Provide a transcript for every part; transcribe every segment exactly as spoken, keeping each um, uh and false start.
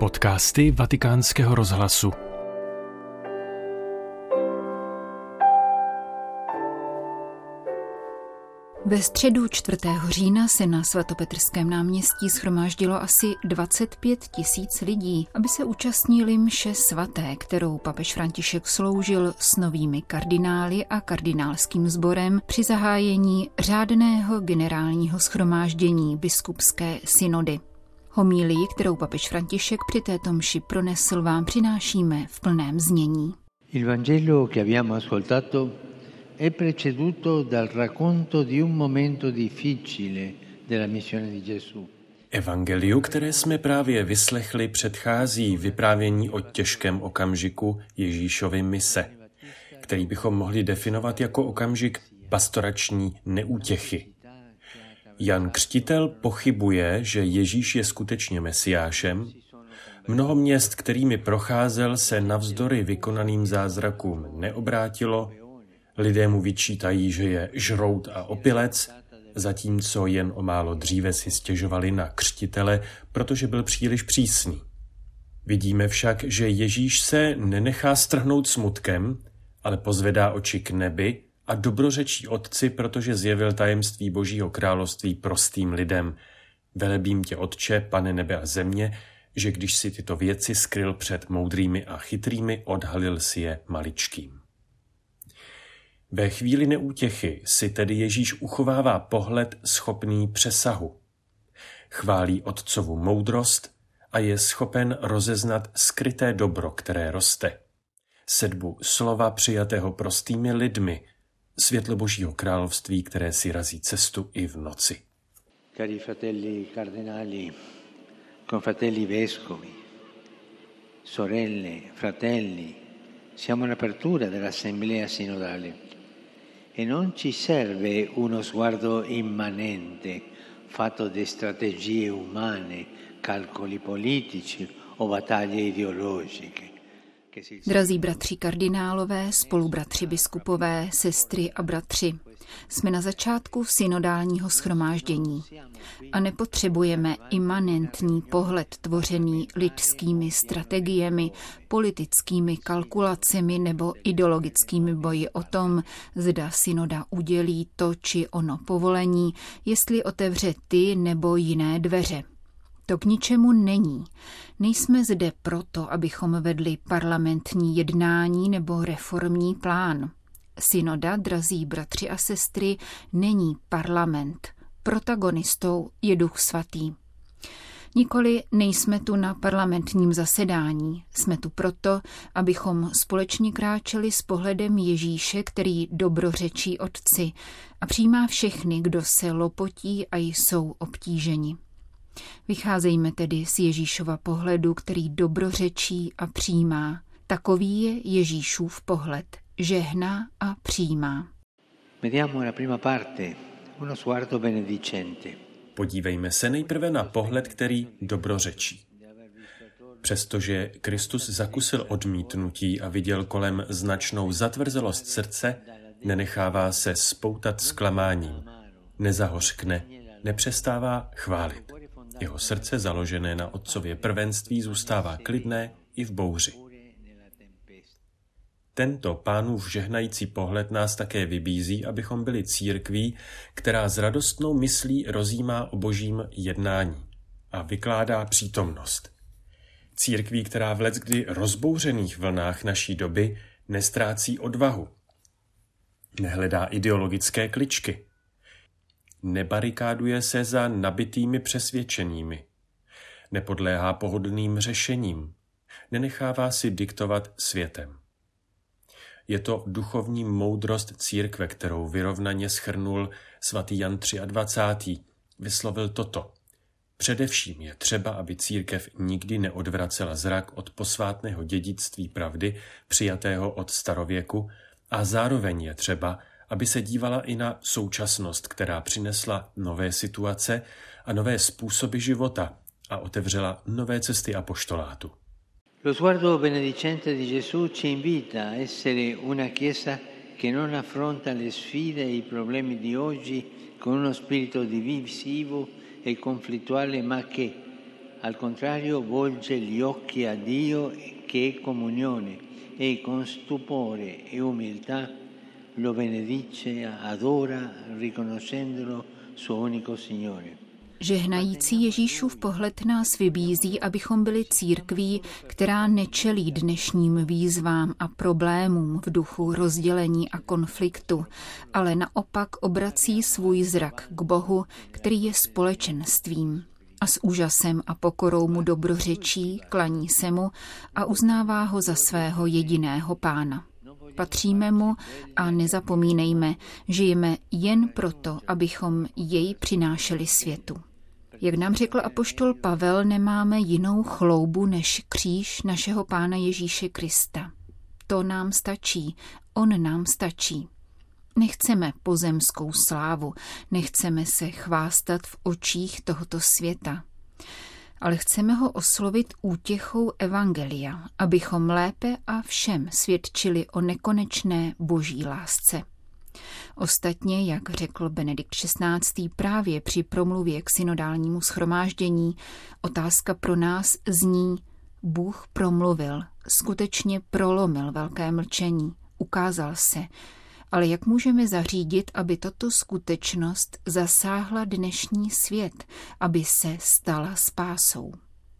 Podcasty Vatikánského rozhlasu. Ve středu čtvrtého října se na svatopetrském náměstí shromáždilo asi dvacet pět tisíc lidí, aby se účastnili mše svaté, kterou papež František sloužil s novými kardinály a kardinálským sborem při zahájení řádného generálního shromáždění biskupské synody. Homílii, kterou papež František při této mši pronesl, vám přinášíme v plném znění. Il Vangelo che abbiamo ascoltato è preceduto dal racconto di un momento difficile della missione di Gesù. Evangeliu, které jsme právě vyslechli, předchází vyprávění o těžkém okamžiku Ježíšovy mise, který bychom mohli definovat jako okamžik pastorační neútěchy. Jan Křtitel pochybuje, že Ježíš je skutečně Mesiášem. Mnoho měst, kterými procházel, se navzdory vykonaným zázrakům neobrátilo. Lidé mu vyčítají, že je žrout a opilec, zatímco jen o málo dříve si stěžovali na Křtitele, protože byl příliš přísný. Vidíme však, že Ježíš se nenechá strhnout smutkem, ale pozvedá oči k nebi a dobrořečí Otci, protože zjevil tajemství Božího království prostým lidem. Velebím tě, Otče, Pane nebe a země, že když si tyto věci skryl před moudrými a chytrými, odhalil si je maličkým. Ve chvíli neútěchy si tedy Ježíš uchovává pohled schopný přesahu. Chválí Otcovu moudrost a je schopen rozeznat skryté dobro, které roste. Sedbu slova přijatého prostými lidmi, světlo Božího království, které si razí cestu i v noci. Cari fratelli cardinali, confratelli vescovi, sorelle, fratelli, siamo in apertura dell'assemblea sinodale e non ci serve uno sguardo immanente fatto di strategie umane, calcoli politici o battaglie ideologiche. Drazí bratři kardinálové, spolubratři biskupové, sestry a bratři, jsme na začátku synodálního shromáždění a nepotřebujeme imanentní pohled tvořený lidskými strategiemi, politickými kalkulacemi nebo ideologickými boji o tom, zda synoda udělí to či ono povolení, jestli otevře ty nebo jiné dveře. To k ničemu není. Nejsme zde proto, abychom vedli parlamentní jednání nebo reformní plán. Synoda, drazí bratři a sestry, není parlament. Protagonistou je Duch Svatý. Nikoli nejsme tu na parlamentním zasedání. Jsme tu proto, abychom společně kráčeli s pohledem Ježíše, který dobrořečí Otci a přijímá všechny, kdo se lopotí a jsou obtíženi. Vycházejme tedy z Ježíšova pohledu, který dobrořečí a přijímá. Takový je Ježíšův pohled, žehná a přijímá. Podívejme se nejprve na pohled, který dobrořečí. Přestože Kristus zakusil odmítnutí a viděl kolem značnou zatvrzelost srdce, nenechává se spoutat zklamáním, nezahořkne, nepřestává chválit. Jeho srdce, založené na Otcově prvenství, zůstává klidné i v bouři. Tento Pánův žehnající pohled nás také vybízí, abychom byli církví, která s radostnou myslí rozjímá o Božím jednání a vykládá přítomnost. Církví, která v leckdy rozbouřených vlnách naší doby nestrácí odvahu, nehledá ideologické kličky, nebarikáduje se za nabitými přesvědčeními, nepodléhá pohodlným řešením, nenechává si diktovat světem. Je to duchovní moudrost církve, kterou vyrovnaně shrnul svatý Jan dvacátý třetí Vyslovil toto. Především je třeba, aby církev nikdy neodvracela zrak od posvátného dědictví pravdy, přijatého od starověku, a zároveň je třeba, aby se dívala i na současnost, která přinesla nové situace a nové způsoby života a otevřela nové cesty apoštolátu. Lo sguardo benedicente di Gesù ci invita a essere una chiesa che non affronta le sfide e i problemi di oggi con uno spirito divisivo e conflittuale, ma che al contrario volge gli occhi a Dio che è comunione e con stupore e umiltà lo benedice, adora, riconoscendolo suo unico Signore. Žehnající Ježíšův pohled nás vybízí, abychom byli církví, která nečelí dnešním výzvám a problémům v duchu rozdělení a konfliktu, ale naopak obrací svůj zrak k Bohu, který je společenstvím. A s úžasem a pokorou mu dobrořečí, klaní se mu a uznává ho za svého jediného Pána. Patříme mu a nezapomínejme, žijeme jen proto, abychom jej přinášeli světu. Jak nám řekl apoštol Pavel, nemáme jinou chloubu než kříž našeho Pána Ježíše Krista. To nám stačí, on nám stačí. Nechceme pozemskou slávu, nechceme se chvástat v očích tohoto světa, ale chceme ho oslovit útěchou evangelia, abychom lépe a všem svědčili o nekonečné boží lásce. Ostatně, jak řekl Benedikt šestnáctý právě při promluvě k synodálnímu shromáždění, otázka pro nás zní: Bůh promluvil, skutečně prolomil velké mlčení, ukázal se, ale jak můžeme zařídit, aby tato skutečnost zasáhla dnešní svět, aby se stala spásou?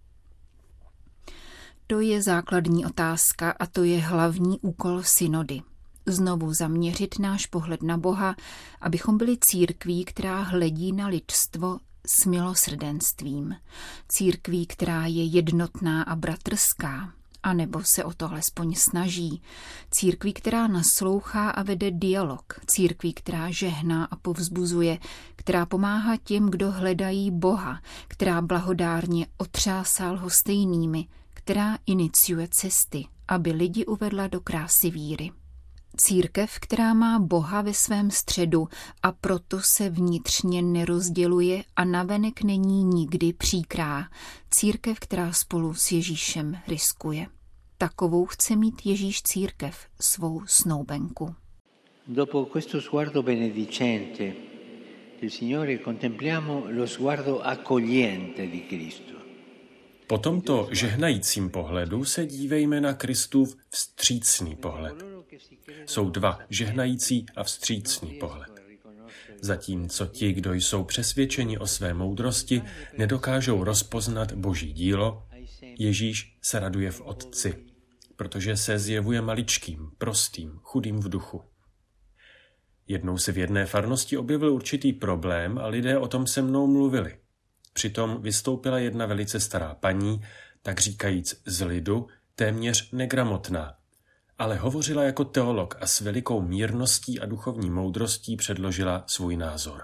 To je základní otázka a to je hlavní úkol synody. Znovu zaměřit náš pohled na Boha, abychom byli církví, která hledí na lidstvo s milosrdenstvím. Církví, která je jednotná a bratrská, anebo se o to alespoň snaží. Církví, která naslouchá a vede dialog. Církví, která žehná a povzbuzuje, která pomáhá těm, kdo hledají Boha, která blahodárně otřásá lhostejnými, která iniciuje cesty, aby lidi uvedla do krásy víry. Církev, která má Boha ve svém středu a proto se vnitřně nerozděluje a navenek není nikdy příkrá. Církev, která spolu s Ježíšem riskuje. Takovou chce mít Ježíš církev, svou snoubenku. Dopo questo sguardo benedicente del Signore contempliamo lo sguardo accogliente di Cristo. Po tomto žehnajícím pohledu se dívejme na Kristův vstřícný pohled. Jsou dva, žehnající a vstřícný pohled. Zatímco ti, kdo jsou přesvědčeni o své moudrosti, nedokážou rozpoznat Boží dílo, Ježíš se raduje v Otci, protože se zjevuje maličkým, prostým, chudým v duchu. Jednou se v jedné farnosti objevil určitý problém a lidé o tom se mnou mluvili. Přitom vystoupila jedna velice stará paní, tak říkajíc z lidu, téměř negramotná, ale hovořila jako teolog a s velikou mírností a duchovní moudrostí předložila svůj názor.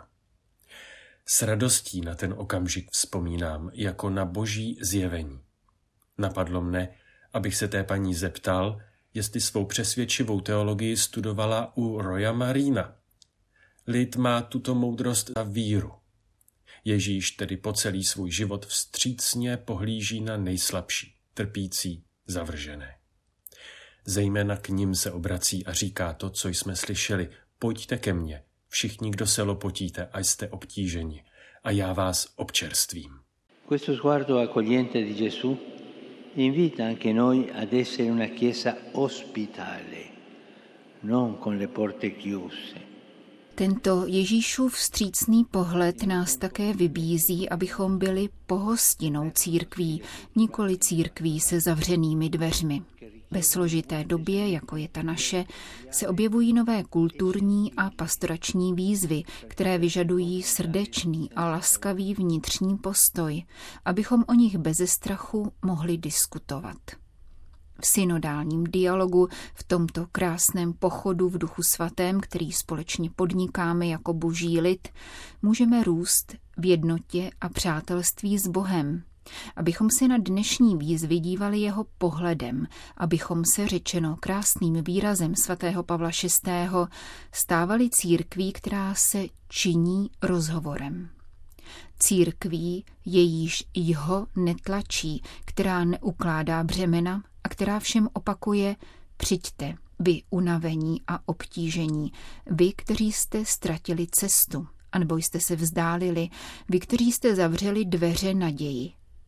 S radostí na ten okamžik vzpomínám jako na boží zjevení. Napadlo mne, abych se té paní zeptal, jestli svou přesvědčivou teologii studovala u Roya Marina. Lid má tuto moudrost a víru. Ježíš tedy po celý svůj život vstřícně pohlíží na nejslabší, trpící, zavržené. Zejména k nim se obrací a říká to, co jsme slyšeli. Pojďte ke mně, všichni, kdo se lopotíte a jste obtíženi, a já vás občerstvím. Questo sguardo accogliente di Gesù invita anche noi ad essere una chiesa ospitale, non con le porte chiuse. Tento Ježíšův vstřícný pohled nás také vybízí, abychom byli pohostinnou církví, nikoli církví se zavřenými dveřmi. Ve složité době, jako je ta naše, se objevují nové kulturní a pastorační výzvy, které vyžadují srdečný a laskavý vnitřní postoj, abychom o nich beze strachu mohli diskutovat. V synodálním dialogu, v tomto krásném pochodu v Duchu svatém, který společně podnikáme jako boží lid, můžeme růst v jednotě a přátelství s Bohem, abychom se na dnešní výzvy dívali jeho pohledem, abychom se, řečeno krásným výrazem svatého Pavla šestého, stávali církví, která se činí rozhovorem. Církví, jejíž jho netlačí, která neukládá břemena a která všem opakuje: přijďte, vy unavení a obtížení, vy, kteří jste ztratili cestu, anebo jste se vzdálili, vy, kteří jste zavřeli dveře naději.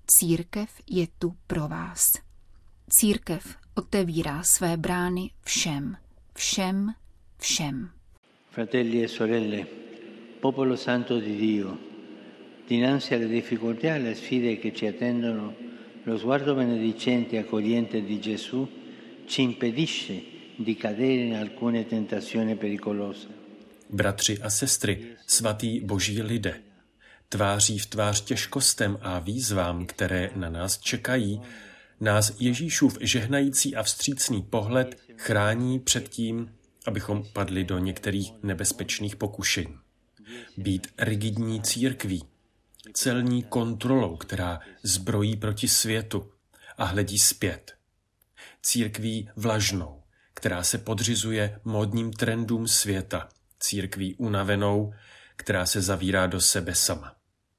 Církev je tu pro vás. Církev otevírá své brány všem, všem, všem. Fratelli e sorelle, popolo santo di Dio, dinanzi alle difficoltà e alle sfide che ci attendono, lo sguardo benedicente e accogliente di Gesù ci impedisce di cadere in alcune tentazioni pericolose. Bratři a sestry, svatý boží lidé, tváří v tvář těžkostem a výzvám, které na nás čekají, nás Ježíšův žehnající a vstřícný pohled chrání před tím, abychom padli do některých nebezpečných pokušení. Být rigidní církví, celní kontrolou, která zbrojí proti světu a hledí zpět. Církví vlažnou, která se podřizuje módním trendům světa, církví unavenou, která se zavírá do sebe sama.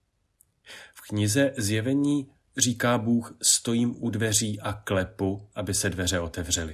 V knize Zjevení říká Bůh, stojím u dveří a klepu, aby se dveře otevřely.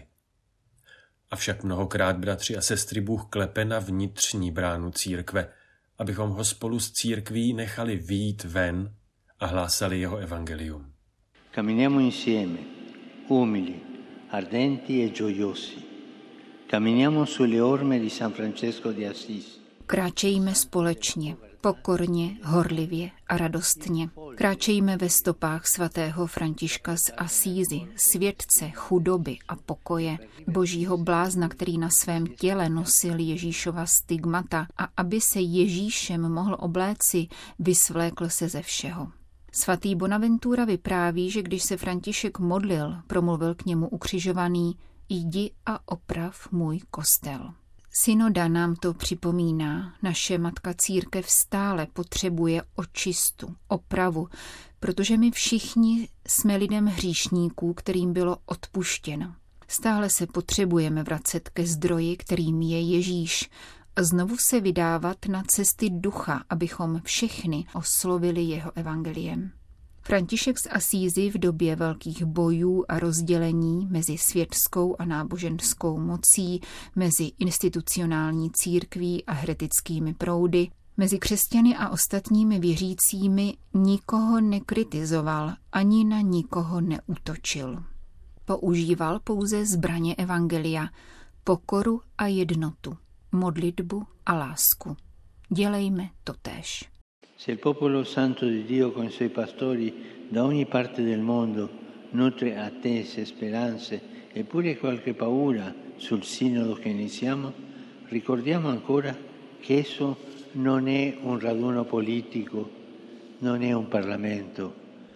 Avšak mnohokrát, bratři a sestry, Bůh klepe na vnitřní bránu církve, abychom ho spolu s církví nechali vyjít ven a hlásali jeho evangelium. Camminiamo insieme, umili, ardenti e gioiosi. Camminiamo sulle orme di San Francesco di Assisi. Kráčejme společně, pokorně, horlivě a radostně. Kráčejme ve stopách svatého Františka z Asízy, světce chudoby a pokoje, božího blázna, který na svém těle nosil Ježíšova stigmata, a aby se Ježíšem mohl obléci, vysvlékl se ze všeho. Svatý Bonaventura vypráví, že když se František modlil, promluvil k němu ukřižovaný: jdi a oprav můj kostel. Synoda nám to připomíná. Naše matka církev stále potřebuje očistu, opravu, protože my všichni jsme lidem hříšníků, kterým bylo odpuštěno. Stále se potřebujeme vracet ke zdroji, kterým je Ježíš, a znovu se vydávat na cesty ducha, abychom všechny oslovili jeho evangeliem. František z Asízy v době velkých bojů a rozdělení mezi světskou a náboženskou mocí, mezi institucionální církví a heretickými proudy, mezi křesťany a ostatními věřícími nikoho nekritizoval, ani na nikoho neútočil. Používal pouze zbraně evangelia, pokoru a jednotu, modlitbu a lásku. Dělejme totéž. Se il popolo santo di Dio con i suoi pastori da ogni parte del mondo nutre attese, speranze e pure qualche paura sul sinodo che iniziamo, ricordiamo ancora che esso non è un raduno politico, non è un Parlamento.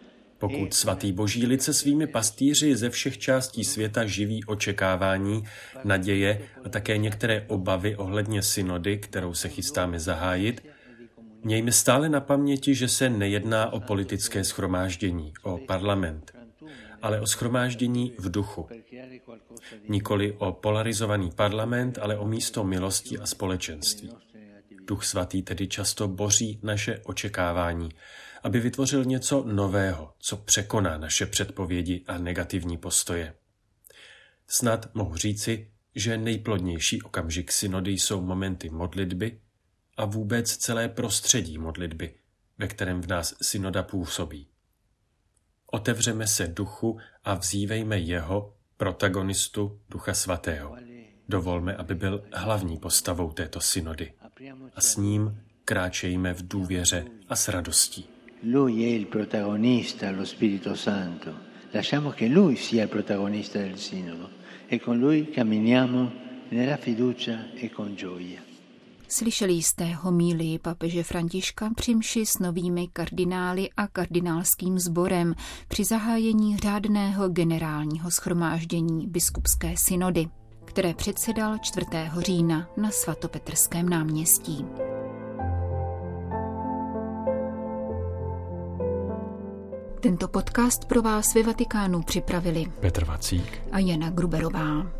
Pokud svatý boží lid se svými pastýři ze všech částí světa živí očekávání, naděje a také některé obavy ohledně synody, kterou se chystáme zahájit, mějme stále na paměti, že se nejedná o politické shromáždění, o parlament, ale o shromáždění v duchu. Nikoli o polarizovaný parlament, ale o místo milosti a společenství. Duch svatý tedy často boří naše očekávání, aby vytvořil něco nového, co překoná naše předpovědi a negativní postoje. Snad mohu říci, že nejplodnější okamžik synody jsou momenty modlitby a vůbec celé prostředí modlitby, ve kterém v nás synoda působí. Otevřeme se duchu a vzívejme jeho, protagonistu Ducha Svatého. Dovolme, aby byl hlavní postavou této synody. A s ním kráčejme v důvěře a s radostí. Lui è il protagonista, lo Spirito Santo. Lasciamo che lui sia il protagonista del sinodo e con lui camminiamo nella fiducia e con gioia. Slyšeli jste homílii papeže Františka při mši s novými kardinály a kardinálským sborem při zahájení řádného generálního shromáždění biskupské synody, které předsedal čtvrtého října na svatopetrském náměstí. Tento podcast pro vás ve Vatikánu připravili Petr Vacík a Jana Gruberová.